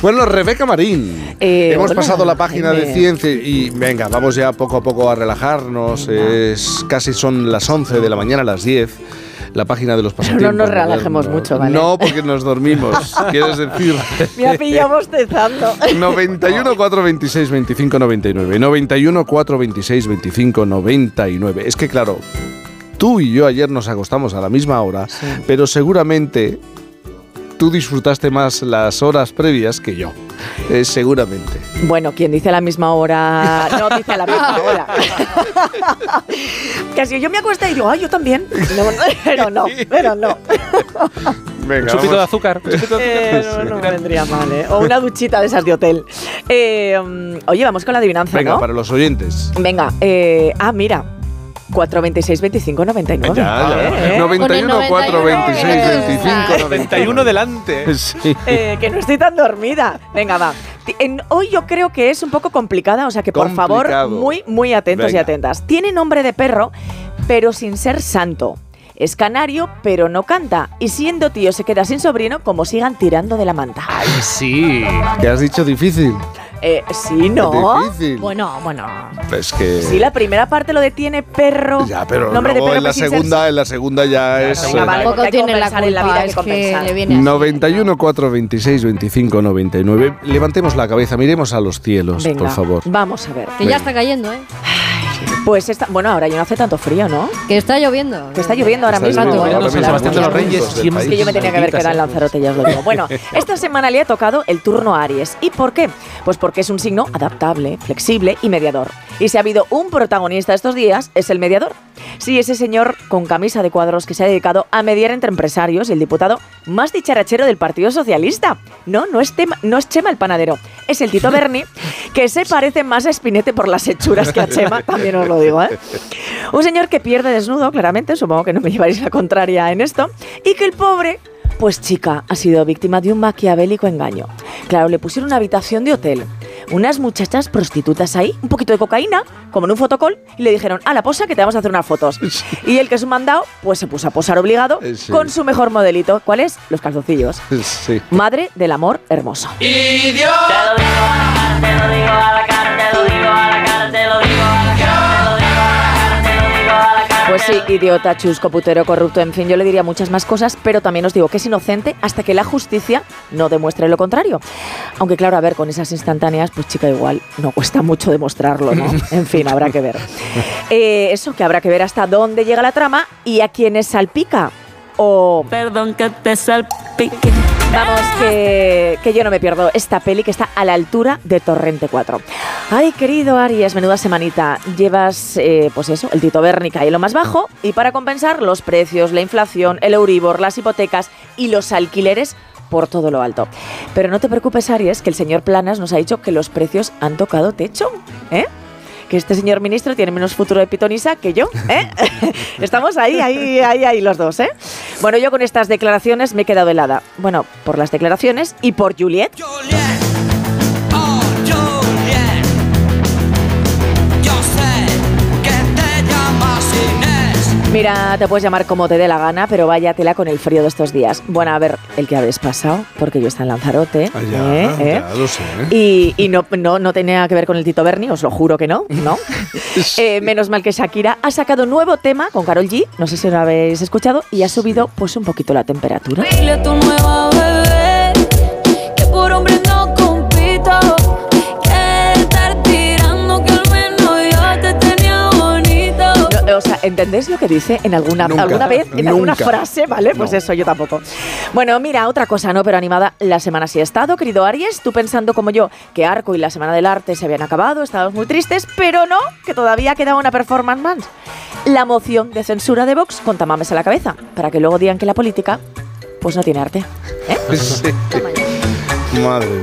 Bueno, Rebeca Marín, hemos pasado la página de ciencia y venga, vamos ya poco a poco a relajarnos. Casi son las 11 de la mañana, las 10. La página de los pasatiempos. No nos relajemos mucho, ¿vale? No, porque nos dormimos, quieres decir. Me ha pillado bostezando. 91 426 25 99. 91 426 25 99. Es que claro, tú y yo ayer nos acostamos a la misma hora, sí, pero seguramente tú disfrutaste más las horas previas que yo. Seguramente. Bueno, quien dice la misma hora no dice la misma hora. Casi yo me acuesto y digo, ay, yo también. Pero no. Venga, un chupito de azúcar. No vendría mal, ¿eh? O una duchita de esas de hotel. Oye, vamos con la adivinanza, venga, ¿no? Para los oyentes. Venga, mira. 426 25 99. Ya. 91 426 25 91 delante. Sí. Que no estoy tan dormida. Venga, va. Hoy yo creo que es un poco complicada, o sea que por favor, muy atentos. Venga. Y atentas. Tiene nombre de perro, pero sin ser santo. Es canario, pero no canta. Y siendo tío se queda sin sobrino, como sigan tirando de la manta. ¡Ay, sí! ¿Qué has dicho? ¿Difícil? Sí, ¿no? Difícil. Bueno. Es que... Sí, la primera parte lo de tiene perro. Ya, pero nombre luego de perro en la segunda ya es... Venga, vale, porque hay que compensar en la vida, que compensar. 91 426 25 99. Levantemos la cabeza, miremos a los cielos, venga, por favor. Vamos a ver. Que ya está cayendo, ¿eh? Pues bueno, ahora ya no hace tanto frío, ¿no? Que está lloviendo. Que está lloviendo ahora mismo. Sebastián de los Reyes. Es que yo me tenía que haber quedado en Lanzarote, ya os lo digo. Bueno, esta semana le ha tocado el turno a Aries. ¿Y por qué? Pues porque es un signo adaptable, flexible y mediador. Y si ha habido un protagonista estos días, es el mediador. Sí, ese señor con camisa de cuadros que se ha dedicado a mediar entre empresarios y el diputado más dicharachero del Partido Socialista. No es Chema el panadero, es el Tito Berni, que se parece más a Spinette por las hechuras que a Chema, también os lo digo, ¿eh? Un señor que pierde desnudo, claramente, supongo que no me llevaréis la contraria en esto, y que el pobre... Pues chica, ha sido víctima de un maquiavélico engaño. Claro, le pusieron una habitación de hotel, unas muchachas prostitutas ahí, un poquito de cocaína, como en un fotocall, y le dijeron, a la posa que te vamos a hacer unas fotos. Y el que es un mandado, pues se puso a posar obligado con su mejor modelito. ¿Cuál es? Los calzoncillos. Sí. Madre del amor hermoso. ¡Idiota! Te lo digo a la cara, te lo digo a la cara, te lo digo a la cara. Pues sí, idiota, chusco, putero, corrupto, en fin, yo le diría muchas más cosas, pero también os digo que es inocente hasta que la justicia no demuestre lo contrario. Aunque claro, a ver, con esas instantáneas, pues chica, igual no cuesta mucho demostrarlo, ¿no? En fin, habrá que ver. Eso, que habrá que ver hasta dónde llega la trama y a quiénes salpica. Perdón que te salpique. Vamos, que yo no me pierdo esta peli que está a la altura de Torrente 4. Ay, querido Aries, menuda semanita. Llevas, pues eso, el Tito Berni cae en lo más bajo y para compensar los precios, la inflación, el Euribor, las hipotecas y los alquileres por todo lo alto. Pero no te preocupes, Aries, que el señor Planas nos ha dicho que los precios han tocado techo, ¿eh? Que este señor ministro tiene menos futuro de pitonisa que yo, ¿eh? Estamos ahí los dos, ¿eh? Bueno, yo con estas declaraciones me he quedado helada. Bueno, por las declaraciones y por Juliet. Mira, te puedes llamar como te dé la gana, pero váyatela con el frío de estos días. Bueno, a ver, el que habéis pasado, porque yo está en Lanzarote. Ya lo sé. Y no tenía que ver con el Tito Berni, os lo juro que no. Menos mal que Shakira ha sacado un nuevo tema con Karol G, no sé si lo habéis escuchado, y ha subido pues un poquito la temperatura. Dile a tu nueva bebé que por hombre no compito. Que estar tirando que al menos yo te tenía bonito. O sea, ¿entendéis lo que dice en alguna vez, en alguna frase? ¿Vale? Pues eso, yo tampoco. Bueno, mira, otra cosa, ¿no? Pero animada, la semana sí ha estado, querido Aries, tú pensando como yo que Arco y la Semana del Arte se habían acabado, estábamos muy tristes, pero no, que todavía queda una performance más. La moción de censura de Vox con tamames a la cabeza, para que luego digan que la política, pues no tiene arte. ¿Eh? Sí. Madre mía.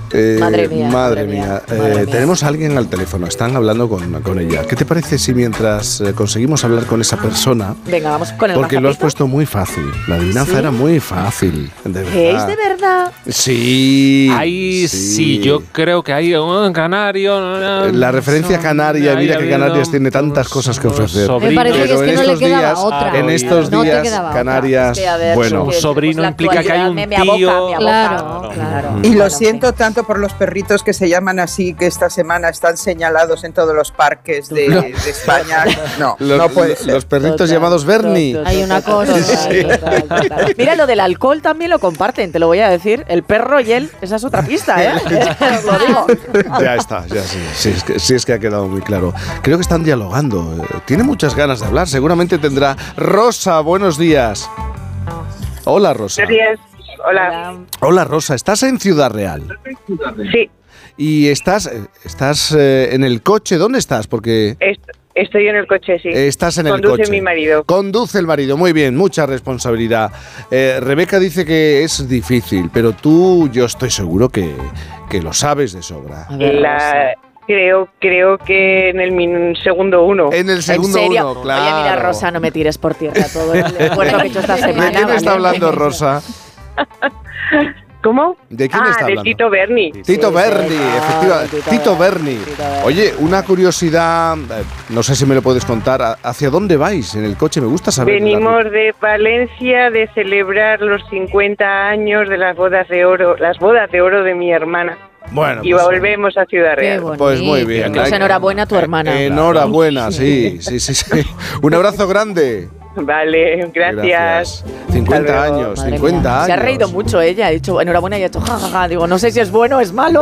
Madre mía, Madre madre mía, mía. madre mía. Tenemos a alguien al teléfono, están hablando con ella. ¿Qué te parece si mientras conseguimos hablar con esa persona, Venga, vamos con el porque lo has mazapito. puesto muy fácil, la adivinanza ¿Sí? era muy fácil, de verdad. ¿Que es de verdad? Sí. Ahí sí, yo creo que hay un canario. La referencia canaria, mira que Canarias tiene tantas cosas que ofrecer. Me parece Pero que es que en no le estos quedaba días, otra. en estos No te días, quedaba otra. Canarias, Es que, a ver, bueno, Un sobrino la implica que hay un actualidad me aboca, tío. me aboca. Claro, Claro. Y Bueno, lo en siento fin. tanto por los perritos que se llaman así, que esta semana están señalados en todos los parques de España. No, no puede ser. los perritos Total, llamados Bernie. total, Hay una total, cosa. total, total. Mira, lo del alcohol también lo comparten, te lo voy a decir. El perro y él, esa es otra pista, ¿eh? Os lo digo. Ya está, ya sí. Sí, es que ha quedado muy claro. Creo que están dialogando. Tiene muchas ganas de hablar. Seguramente tendrá. Rosa, buenos días. Hola, Rosa. Buenos días. Hola. Hola, Rosa. ¿Estás en Ciudad Real? Sí, Y estás en el coche. ¿Dónde estás? Porque estoy en el coche, sí. estás en el Conduce coche. mi marido. Conduce el marido. Muy bien, mucha responsabilidad. Rebeca dice que es difícil, pero tú, yo estoy seguro que lo sabes de sobra. A ver, Rosa. Creo que en el segundo uno. En el segundo ¿En serio? uno, claro. Oye, mira, Rosa, no me tires por tierra todo el esfuerzo que he hecho esta semana. ¿De quién está ¿vale? hablando Rosa? ¿Cómo? ¿De quién está hablando? de Tito Berni. Tito Sí, Berni, sí, efectivamente. Tito Berni. Tito Berni. Oye, una curiosidad, no sé si me lo puedes contar. ¿Hacia dónde vais en el coche? Me gusta saber. Venimos de Valencia de celebrar los 50 años de las bodas de oro de mi hermana. Bueno, Y volvemos a Ciudad Qué Real. bonito. pues muy bien. Pues enhorabuena a tu hermana. Enhorabuena, sí. Un abrazo grande. Vale, gracias. 50 Hasta luego. años, Madre 50 mía. años. Se ha reído mucho ella, ha dicho enhorabuena y ha hecho jajaja. Digo, no sé si es bueno o es malo.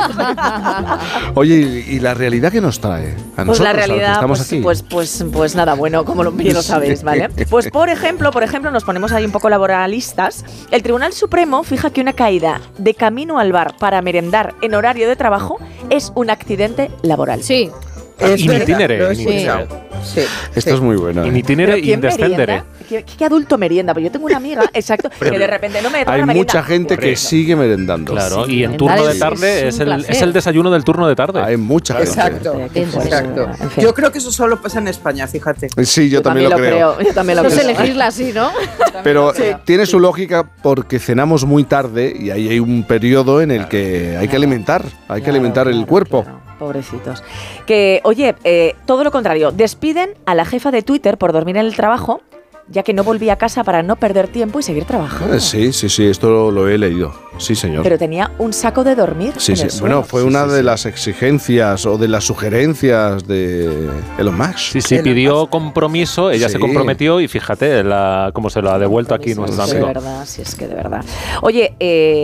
Oye, ¿y la realidad qué nos trae? A Pues nosotros, la a los que realidad, estamos aquí. pues nada bueno, como bien lo sabéis, ¿vale? Pues por ejemplo, nos ponemos ahí un poco laboralistas. El Tribunal Supremo fija que una caída de camino al bar para merendar en horario de trabajo es un accidente laboral. Sí. Es In verdad, itinere, lo he in itinere. escuchado. Sí, Esto sí. es muy bueno. In ¿eh? itinere ¿Pero y quién in descendere. merienda? ¿Qué adulto merienda? Pues yo tengo una amiga, exacto, que de repente no me da Hay una merienda. mucha gente que sigue merendando. Claro, y en Sí, turno de es tarde un placer. es el desayuno del turno de tarde. Hay mucha gente. Exacto, exacto. En fin. Yo creo que eso solo pasa en España, fíjate. Sí, yo también lo creo. Yo también lo No sé creo. elegirla así, ¿no? Pero tiene su lógica porque cenamos muy tarde y ahí hay un periodo en el que hay que alimentar, el cuerpo. Claro. Pobrecitos. Que, oye, todo lo contrario, despiden a la jefa de Twitter por dormir en el trabajo, ya que no volvía a casa para no perder tiempo y seguir trabajando. Sí, esto lo he leído. Sí, señor. Pero tenía un saco de dormir. Sí, en sí. el suelo. Bueno, fue una de las exigencias o de las sugerencias de Elon Musk. Sí, pidió compromiso, ella Sí. se comprometió y fíjate cómo se lo ha devuelto aquí nuestro Sí, amigo. de verdad, sí, es que de verdad. Oye,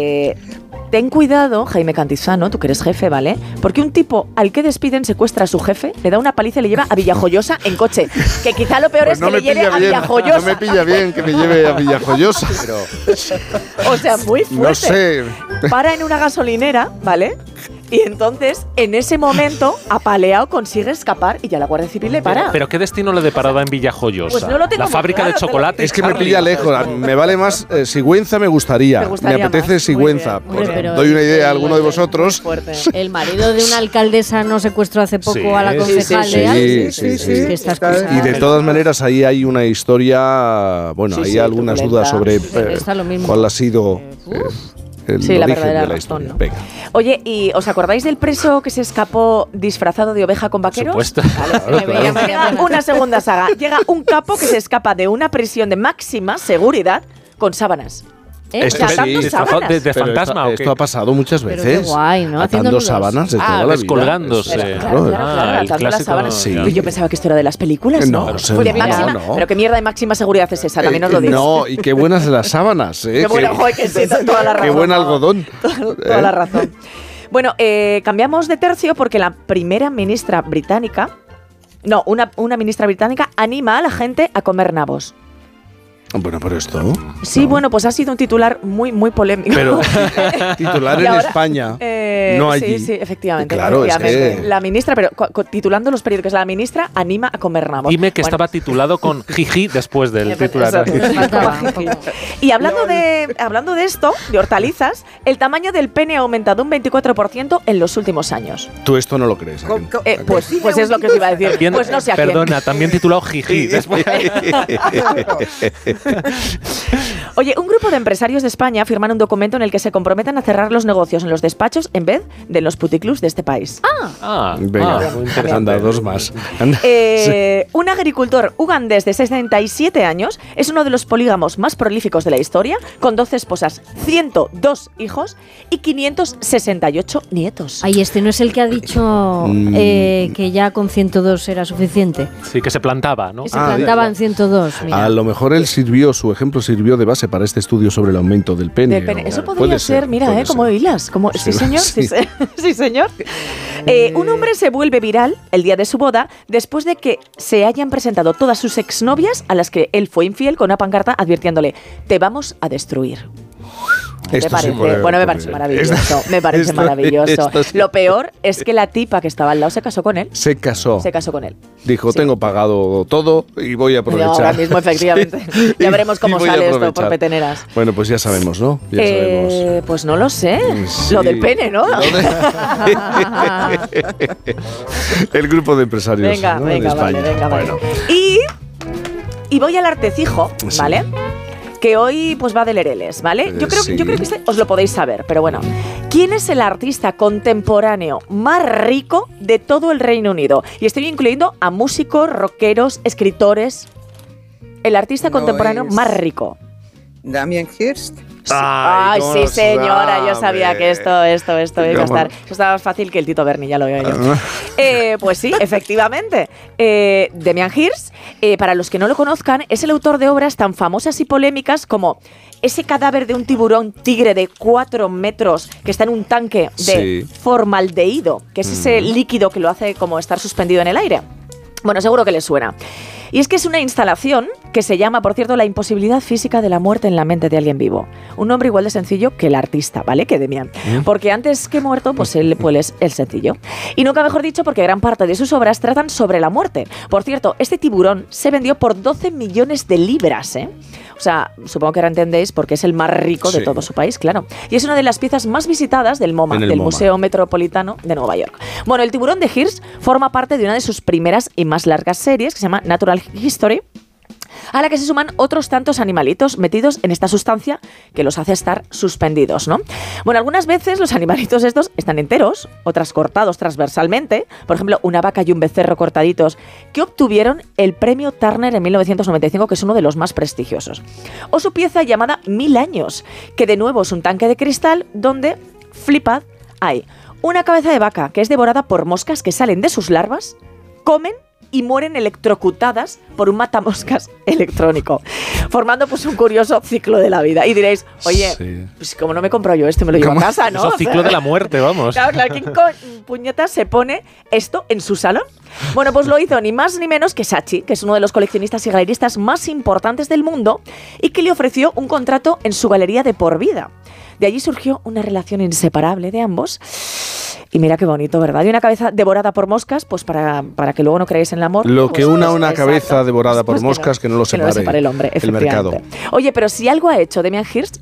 ten cuidado, Jaime Cantizano, tú que eres jefe, ¿vale? Porque un tipo al que despiden secuestra a su jefe, le da una paliza y le lleva a Villajoyosa en coche. Que quizá lo peor Pues es que le lleve a Villajoyosa. no me pilla bien que me lleve a Villajoyosa, pero O sea, muy fuerte. no sé. Para en una gasolinera, ¿vale? Y entonces, en ese momento, apaleado consigue escapar y ya la Guardia Civil le para. Pero ¿qué destino le deparaba en Villajoyosa? Pues no lo tengo La muy fábrica claro, de chocolate. Es que me Charlie. pilla lejos. Me vale más Sigüenza, me gustaría. Te gustaría Me apetece más. Sigüenza. Muy bien, Pues muy bien. doy una idea a Muy alguno de Muy vosotros. fuerte. El marido de una alcaldesa no secuestró hace poco Sí, a la sí, concejal sí, de Alba. sí, sí, sí. Que estas Está cosas. Y de todas maneras ahí hay una historia, bueno, Sí, hay sí, algunas turbulenta. dudas sobre Está lo mismo. cuál ha sido el Sí, la origen verdadera de la razón, historia. ¿no? Venga. Oye, ¿y os acordáis del preso que se escapó disfrazado de oveja con vaqueros? Supuesto. Vale, Claro, claro. llega una segunda saga. Llega un capo que se escapa de una prisión de máxima seguridad con sábanas. Esto Atando sí, sábanas. ¿De Pero fantasma o qué? esto ha pasado muchas Pero veces. qué guay, ¿no? Haciendo Atando nudos. sábanas de toda la vida. descolgándose. Pero, Claro, claro, Ah, claro, el atando las clásico, sábanas. sí. Pero yo pensaba que esto era de las películas, ¿no? No, Fue de no, máxima. no. Pero qué mierda de máxima seguridad es esa, también os lo digo. No, y qué buenas las sábanas, ¿eh? Qué bueno, joder, que sí, toda la razón. Qué buen ¿no? algodón. Toda la razón. Bueno, cambiamos de tercio porque la primera ministra británica, no, una ministra británica anima a la gente a comer nabos. Bueno, pero esto... Sí, bueno, pues ha sido un titular muy, muy polémico. Pero titular en ahora, España, no allí. Sí, efectivamente. Claro, efectivamente. es que... La ministra, pero titulando los periódicos, la ministra anima a comer nabos. Dime que estaba titulado con jiji después del titular. Y hablando de esto, de hortalizas, el tamaño del pene ha aumentado un 24% en los últimos años. Tú esto no lo crees. Pues es lo que os iba a decir. También, pues no sé a quién. Perdona, también titulado jiji después. Oye, un grupo de empresarios de España firman un documento en el que se comprometen a cerrar los negocios en los despachos en vez de en los puticlubs de este país. Venga, muy interesante. anda, dos más. Un agricultor ugandés de 67 años es uno de los polígamos más prolíficos de la historia, con 12 esposas, 102 hijos y 568 nietos. Ay, este no es el que ha dicho que ya con 102 era suficiente. Sí, que se plantaba, ¿no? Que se plantaban 102. Mira. A lo mejor su ejemplo sirvió de base para este estudio sobre el aumento del pene. Eso podría ser, mira, como hilas. Sí, señor. Sí. Sí, señor. Un hombre se vuelve viral el día de su boda después de que se hayan presentado todas sus exnovias a las que él fue infiel con una pancarta advirtiéndole: te vamos a destruir. Me parece maravilloso. Me parece maravilloso. Lo peor es que la tipa que estaba al lado se casó con él. Se casó con él. Dijo, tengo pagado todo y voy a aprovechar. Ahora mismo, efectivamente. Ya veremos cómo sale esto por peteneras. Bueno, pues ya sabemos, ¿no? Ya sabemos. Pues no lo sé. Sí. Lo del pene, ¿no? El grupo de empresarios. Venga, ¿no? venga, España. vale. Bueno. Y voy al artecijo, ¿vale? Que hoy pues va de lereles, ¿vale? Yo creo que os lo podéis saber, pero bueno. ¿Quién es el artista contemporáneo más rico de todo el Reino Unido? Y estoy incluyendo a músicos, rockeros, escritores. El artista contemporáneo más rico. Damien Hirst. Ay, sí, señora, yo sabía que esto iba a estar. Esto estaba más fácil que el Tito Berni, ya lo veo yo. Pues sí, efectivamente. Damien Hirst, para los que no lo conozcan, es el autor de obras tan famosas y polémicas como ese cadáver de un tiburón tigre de 4 metros que está en un tanque de formaldehído, que es ese líquido que lo hace como estar suspendido en el aire. Bueno, seguro que les suena. Y es que es una instalación que se llama, por cierto, La imposibilidad física de la muerte en la mente de alguien vivo. Un nombre igual de sencillo que el artista, ¿vale? Que Demian. Porque antes que muerto, pues él es el sencillo. Y nunca mejor dicho, porque gran parte de sus obras tratan sobre la muerte. Por cierto, este tiburón se vendió por 12 millones de libras, ¿eh? O sea, supongo que ahora entendéis porque es el más rico de todo su país, claro. Y es una de las piezas más visitadas del MoMA, del Museo Metropolitano de Nueva York. Bueno, el tiburón de Hirst forma parte de una de sus primeras y más largas series, que se llama Natural History, a la que se suman otros tantos animalitos metidos en esta sustancia que los hace estar suspendidos, ¿no? Bueno, algunas veces los animalitos estos están enteros, otras cortados transversalmente, por ejemplo, una vaca y un becerro cortaditos, que obtuvieron el premio Turner en 1995, que es uno de los más prestigiosos. O su pieza llamada 1000 años, que de nuevo es un tanque de cristal donde, flipad, hay una cabeza de vaca que es devorada por moscas que salen de sus larvas, comen y mueren electrocutadas por un matamoscas electrónico, formando pues un curioso ciclo de la vida. Y diréis, oye, pues como no me compro yo esto, me lo llevo a casa, ¿no? Es un ciclo de la muerte, vamos. Claro, ¿quién puñetas se pone esto en su salón? Bueno, pues lo hizo ni más ni menos que Saatchi, que es uno de los coleccionistas y galeristas más importantes del mundo y que le ofreció un contrato en su galería de por vida. De allí surgió una relación inseparable de ambos. Y mira qué bonito, ¿verdad? Y una cabeza devorada por moscas, pues para que luego no creáis en el amor. Lo que pues, una cabeza devorada por moscas, que no lo separe el hombre, el mercado. Oye, pero si algo ha hecho Damien Hirst,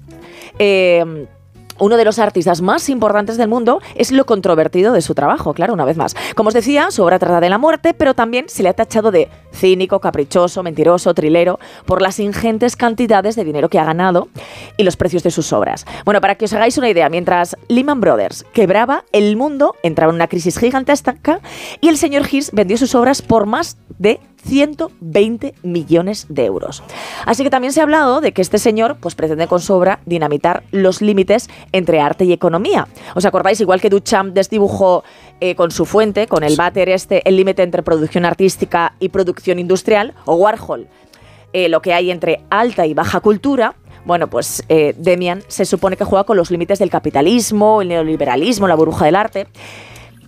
uno de los artistas más importantes del mundo, es lo controvertido de su trabajo, claro, una vez más. Como os decía, su obra trata de la muerte, pero también se le ha tachado de cínico, caprichoso, mentiroso, trilero, por las ingentes cantidades de dinero que ha ganado y los precios de sus obras. Bueno, para que os hagáis una idea, mientras Lehman Brothers quebraba, el mundo entraba en una crisis gigantesca y el señor Hirst vendió sus obras por más de 120 millones de euros. Así que también se ha hablado de que este señor pues pretende con su obra dinamitar los límites entre arte y economía. ¿Os acordáis? Igual que Duchamp desdibujó con su fuente, con el váter el límite entre producción artística y producción industrial, o Warhol, lo que hay entre alta y baja cultura. Bueno, pues Demian se supone que juega con los límites del capitalismo, el neoliberalismo, la burbuja del arte.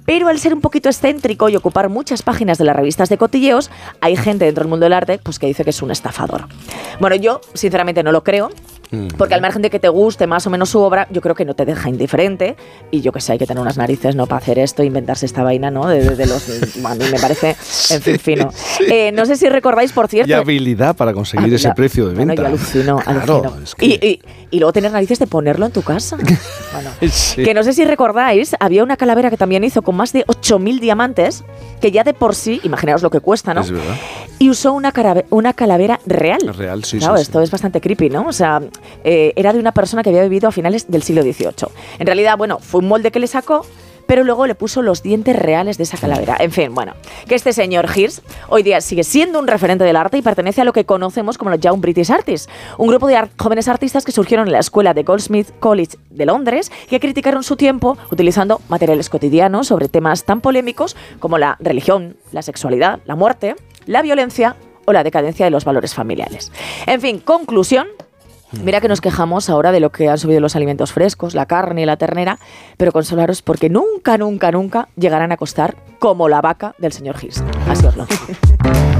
Pero al ser un poquito excéntrico y ocupar muchas páginas de las revistas de cotilleos, hay gente dentro del mundo del arte pues, que dice que es un estafador. Bueno, yo sinceramente no lo creo, porque al margen de que te guste más o menos su obra, yo creo que no te deja indiferente. Y yo que sé, hay que tener unas narices, ¿no? Para hacer esto, inventarse esta vaina, ¿no? De los, a mí me parece, en fin, fino. No sé si recordáis, por cierto... Y habilidad para conseguir ese precio de venta. Bueno, yo alucino. Claro, es que... y luego tener narices de ponerlo en tu casa. Bueno, sí. Que no sé si recordáis, había una calavera que también hizo con más de 8.000 diamantes, que ya de por sí, imaginaos lo que cuesta, ¿no? Es verdad. Y usó una calavera real. Real, sí, claro, sí. Esto es bastante creepy, ¿no? O sea, era de una persona que había vivido a finales del siglo XVIII. En realidad, bueno, fue un molde que le sacó, pero luego le puso los dientes reales de esa calavera. En fin, bueno, que este señor Hirst hoy día sigue siendo un referente del arte y pertenece a lo que conocemos como los Young British Artists, un grupo de jóvenes artistas que surgieron en la escuela de Goldsmith College de Londres, que criticaron su tiempo utilizando materiales cotidianos sobre temas tan polémicos como la religión, la sexualidad, la muerte, la violencia o la decadencia de los valores familiares. En fin, conclusión. Mira que nos quejamos ahora de lo que han subido los alimentos frescos, la carne y la ternera, pero consolaros porque nunca, nunca, nunca llegarán a costar como la vaca del señor Hirst. Así os lo digo.